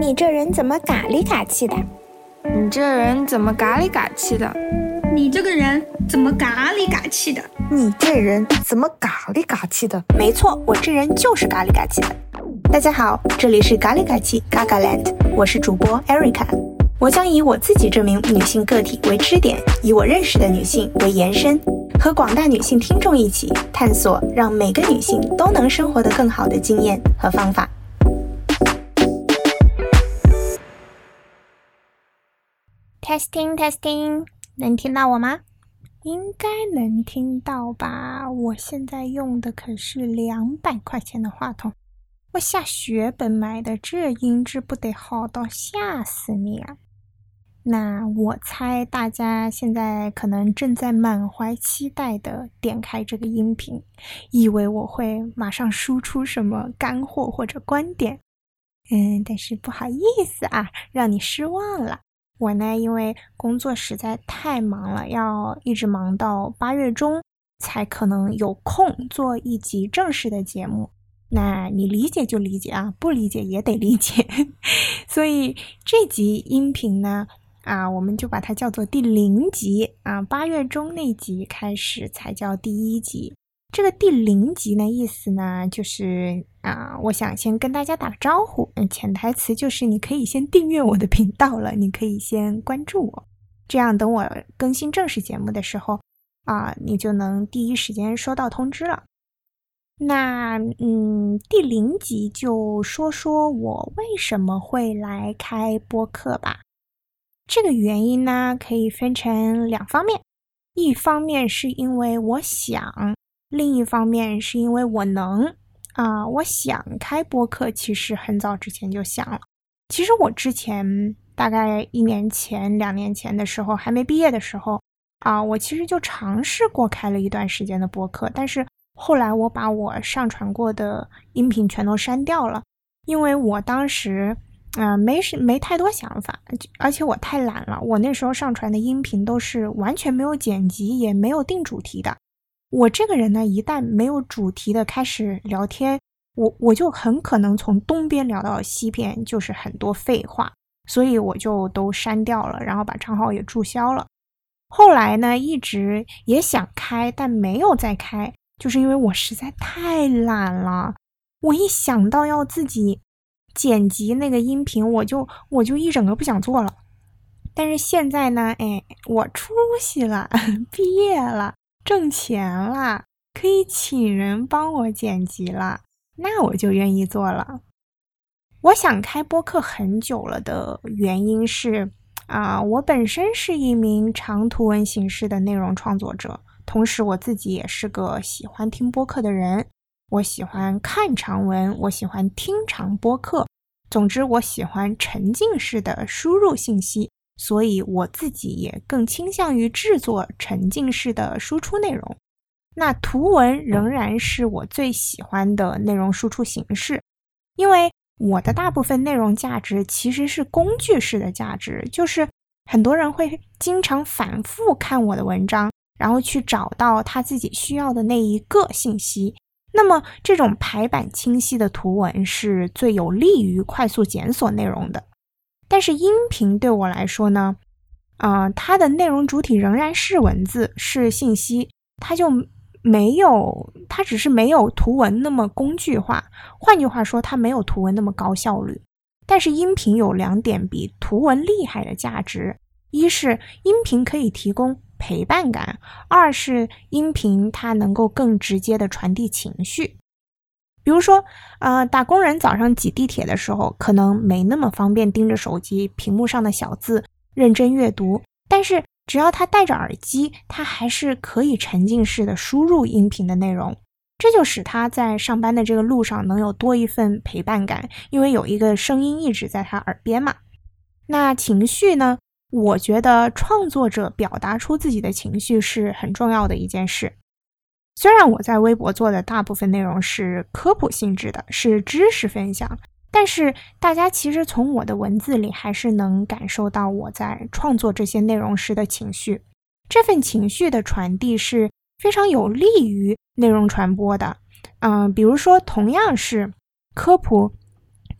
你这人怎么嘎里嘎气的？ 你这人怎么嘎里嘎气的？ 你这个人怎么嘎里嘎气的？ 你这人怎么嘎里嘎气的？ 没错，我这人就是嘎里嘎气的。大家好，这里是嘎里嘎气 Gagaland， 我是主播 Erica。我将以我自己这名女性个体为支点，以我认识的女性为延伸，和广大女性听众一起探索让每个女性都能生活得更好的经验和方法。Testing， 能听到我吗？应该能听到吧，我现在用的可是200块钱的话筒，我下血本买的，这音质不得好到吓死你啊！那我猜大家现在可能正在满怀期待的点开这个音频，以为我会马上输出什么干货或者观点，但是不好意思啊，让你失望了。我呢，因为工作实在太忙了，要一直忙到8月中才可能有空做一集正式的节目。那你理解就理解啊，不理解也得理解。所以这集音频呢，我们就把它叫做第0集啊，8月中那集开始才叫第1集。这个第0集呢，意思呢就是我想先跟大家打个招呼，潜台词就是你可以先订阅我的频道了，你可以先关注我，这样等我更新正式节目的时候你就能第一时间收到通知了。那第0集就说说我为什么会来开播客吧。这个原因呢，可以分成2方面，一方面是因为我想，另一方面是因为我能。我想开播客其实很早之前就想了。其实我之前大概1年前、2年前的时候，还没毕业的时候我其实就尝试过开了一段时间的播客，但是后来我把我上传过的音频全都删掉了，因为我当时没太多想法，而且我太懒了，我那时候上传的音频都是完全没有剪辑，也没有定主题的。我这个人呢，一旦没有主题的开始聊天，我就很可能从东边聊到西边，就是很多废话，所以我就都删掉了，然后把账号也注销了。后来呢，一直也想开，但没有再开，就是因为我实在太懒了。我一想到要自己剪辑那个音频，我就一整个不想做了。但是现在呢，我出息了，毕业了，挣钱了，可以请人帮我剪辑了，那我就愿意做了。我想开播客很久了的原因是我本身是一名长图文形式的内容创作者，同时我自己也是个喜欢听播客的人。我喜欢看长文，我喜欢听长播客，总之我喜欢沉浸式的输入信息，所以我自己也更倾向于制作沉浸式的输出内容。那图文仍然是我最喜欢的内容输出形式，因为我的大部分内容价值其实是工具式的价值，就是很多人会经常反复看我的文章，然后去找到他自己需要的那一个信息。那么这种排版清晰的图文是最有利于快速检索内容的。但是音频对我来说呢，它的内容主体仍然是文字，是信息，它只是没有图文那么工具化，换句话说，它没有图文那么高效率。但是音频有2点比图文厉害的价值，一是音频可以提供陪伴感，二是音频它能够更直接的传递情绪。比如说打工人早上挤地铁的时候，可能没那么方便盯着手机屏幕上的小字认真阅读，但是只要他戴着耳机，他还是可以沉浸式的输入音频的内容，这就使他在上班的这个路上能有多一份陪伴感，因为有一个声音一直在他耳边嘛。那情绪呢，我觉得创作者表达出自己的情绪是很重要的一件事。虽然我在微博做的大部分内容是科普性质的，是知识分享，但是大家其实从我的文字里还是能感受到我在创作这些内容时的情绪。这份情绪的传递是非常有利于内容传播的。比如说同样是科普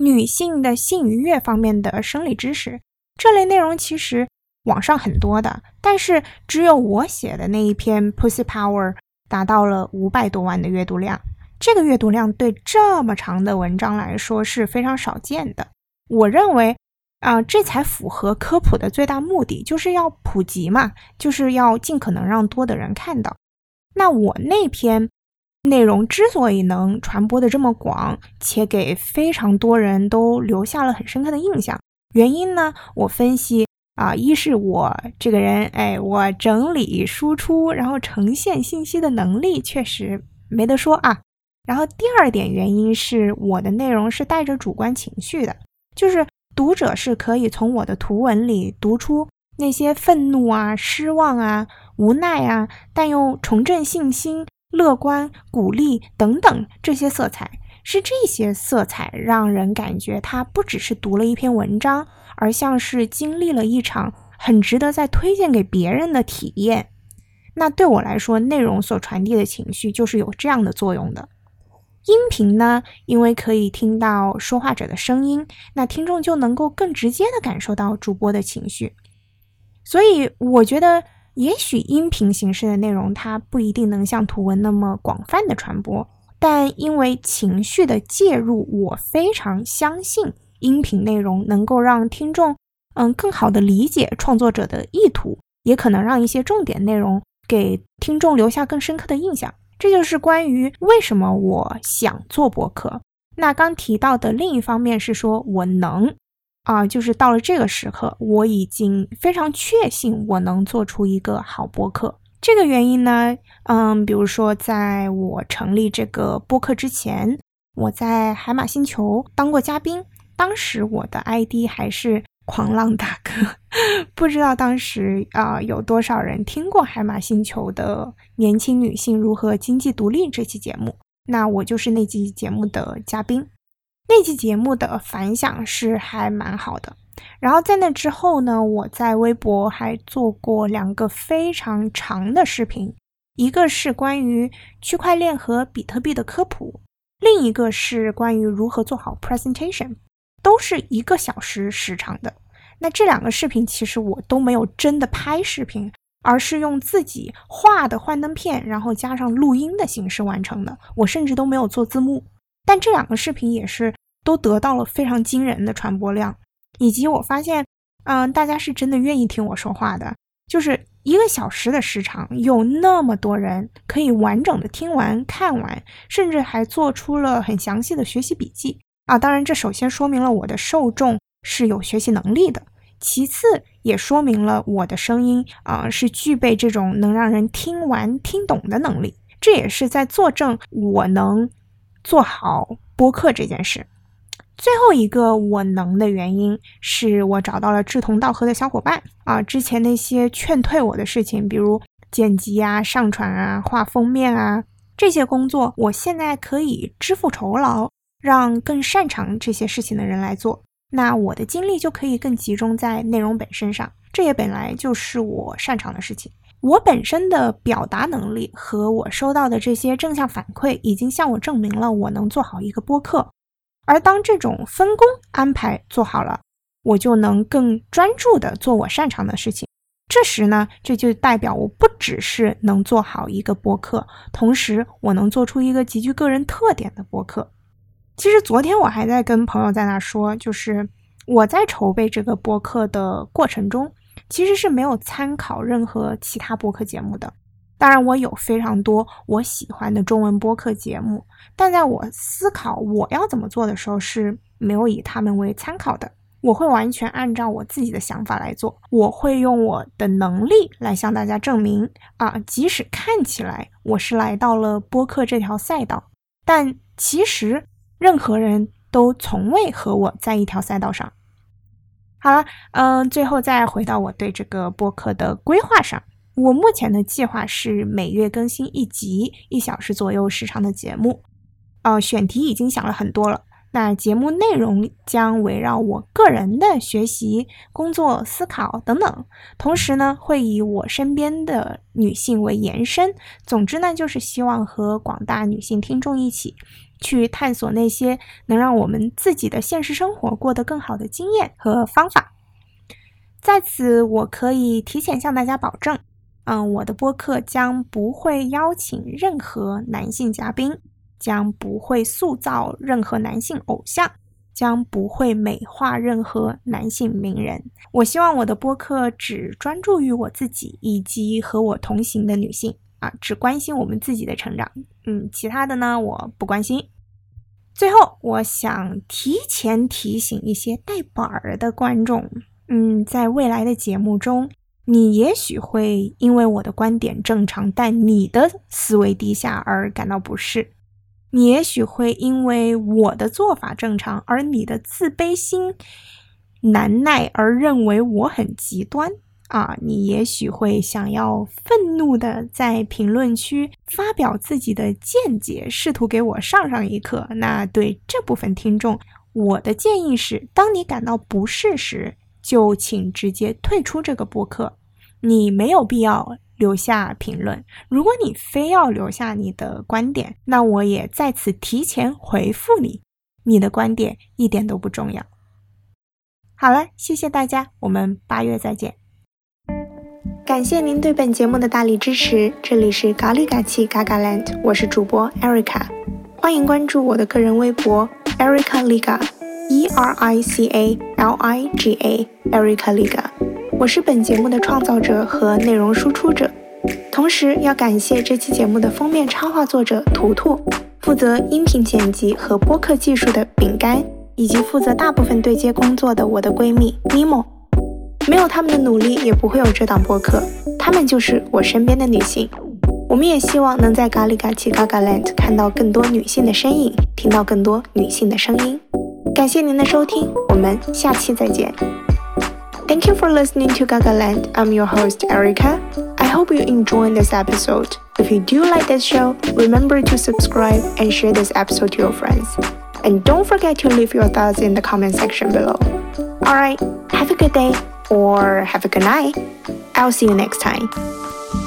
女性的性愉悦方面的生理知识。这类内容其实网上很多的，但是只有我写的那一篇 Pussy Power 达到了500多万的阅读量。这个阅读量对这么长的文章来说是非常少见的。我认为这才符合科普的最大目的，就是要普及嘛，就是要尽可能让多的人看到。那我那篇内容之所以能传播的这么广，且给非常多人都留下了很深刻的印象，原因呢，我分析一是我这个人，我整理输出然后呈现信息的能力确实没得说啊。然后第二点原因是我的内容是带着主观情绪的，就是读者是可以从我的图文里读出那些愤怒啊、失望啊、无奈啊，但又重振信心、乐观、鼓励等等这些色彩。是这些色彩让人感觉他不只是读了一篇文章，而像是经历了一场很值得再推荐给别人的体验。那对我来说，内容所传递的情绪就是有这样的作用的。音频呢，因为可以听到说话者的声音，那听众就能够更直接的感受到主播的情绪。所以我觉得也许音频形式的内容它不一定能像图文那么广泛的传播，但因为情绪的介入，我非常相信音频内容能够让听众更好的理解创作者的意图，也可能让一些重点内容给听众留下更深刻的印象。这就是关于为什么我想做播客。那刚提到的另一方面是说我能就是到了这个时刻，我已经非常确信我能做出一个好播客。这个原因呢，比如说在我成立这个播客之前，我在海马星球当过嘉宾，当时我的 ID 还是狂浪大哥，不知道当时有多少人听过海马星球的年轻女性如何经济独立这期节目。那我就是那期节目的嘉宾，那期节目的反响是还蛮好的。然后在那之后呢，我在微博还做过2个非常长的视频，一个是关于区块链和比特币的科普，另一个是关于如何做好 presentation， 都是1个小时时长的。那这2个视频其实我都没有真的拍视频，而是用自己画的幻灯片，然后加上录音的形式完成的，我甚至都没有做字幕。但这2个视频也是都得到了非常惊人的传播量，以及我发现大家是真的愿意听我说话的，就是1个小时的时长，有那么多人可以完整的听完看完，甚至还做出了很详细的学习笔记当然这首先说明了我的受众是有学习能力的，其次也说明了我的声音是具备这种能让人听完听懂的能力，这也是在作证我能做好播客这件事。最后一个我能的原因是我找到了志同道合的小伙伴之前那些劝退我的事情，比如剪辑上传画封面这些工作我现在可以支付酬劳，让更擅长这些事情的人来做，那我的精力就可以更集中在内容本身上，这也本来就是我擅长的事情。我本身的表达能力和我收到的这些正向反馈已经向我证明了我能做好一个播客，而当这种分工安排做好了，我就能更专注的做我擅长的事情。这时呢，这就代表我不只是能做好一个播客，同时我能做出一个极具个人特点的播客。其实昨天我还在跟朋友在那说，就是我在筹备这个播客的过程中，其实是没有参考任何其他播客节目的。当然我有非常多我喜欢的中文播客节目，但在我思考我要怎么做的时候是没有以他们为参考的，我会完全按照我自己的想法来做，我会用我的能力来向大家证明即使看起来我是来到了播客这条赛道，但其实任何人都从未和我在一条赛道上。好了，最后再回到我对这个播客的规划上，我目前的计划是每月更新1集1小时左右时长的节目。选题已经想了很多了， 那节目内容将围绕我个人的学习、工作、思考等等，同时呢，会以我身边的女性为延伸。总之呢，就是希望和广大女性听众一起去探索那些能让我们自己的现实生活过得更好的经验和方法。在此，我可以提前向大家保证，我的播客将不会邀请任何男性嘉宾，将不会塑造任何男性偶像，将不会美化任何男性名人。我希望我的播客只专注于我自己以及和我同行的女性只关心我们自己的成长，其他的呢我不关心。最后，我想提前提醒一些带板儿的观众，在未来的节目中，你也许会因为我的观点正常，但你的思维低下而感到不适。你也许会因为我的做法正常，而你的自卑心难耐而认为我很极端你也许会想要愤怒的在评论区发表自己的见解，试图给我上一课。那对这部分听众，我的建议是，当你感到不适时，就请直接退出这个播客，你没有必要留下评论。如果你非要留下你的观点，那我也在此提前回复你，你的观点一点都不重要。好了，谢谢大家，我们8月再见。感谢您对本节目的大力支持，这里是咖喱嘎气嘎嘎 land， 我是主播 Erica， 欢迎关注我的个人微博 Erica Liga ERICALIGA Erica Liga， 我是本节目的创造者和内容输出者，同时要感谢这期节目的封面插画作者图图，负责音频剪辑和播客技术的饼干，以及负责大部分对接工作的我的闺蜜 Nemo。没有他们的努力，也不会有这档播客，他们就是我身边的女性。我们也希望能在咖喱嘎气嘎嘎 land 看到更多女性的身影，听到更多女性的声音。感谢您的收听，我们下期再见。Thank you for listening to Gaga Land. I'm your host, Erica. I hope you enjoyed this episode. If you do like this show, remember to subscribe and share this episode to your friends. And don't forget to leave your thoughts in the comment section below. Alright, have a good day or have a good night. I'll see you next time.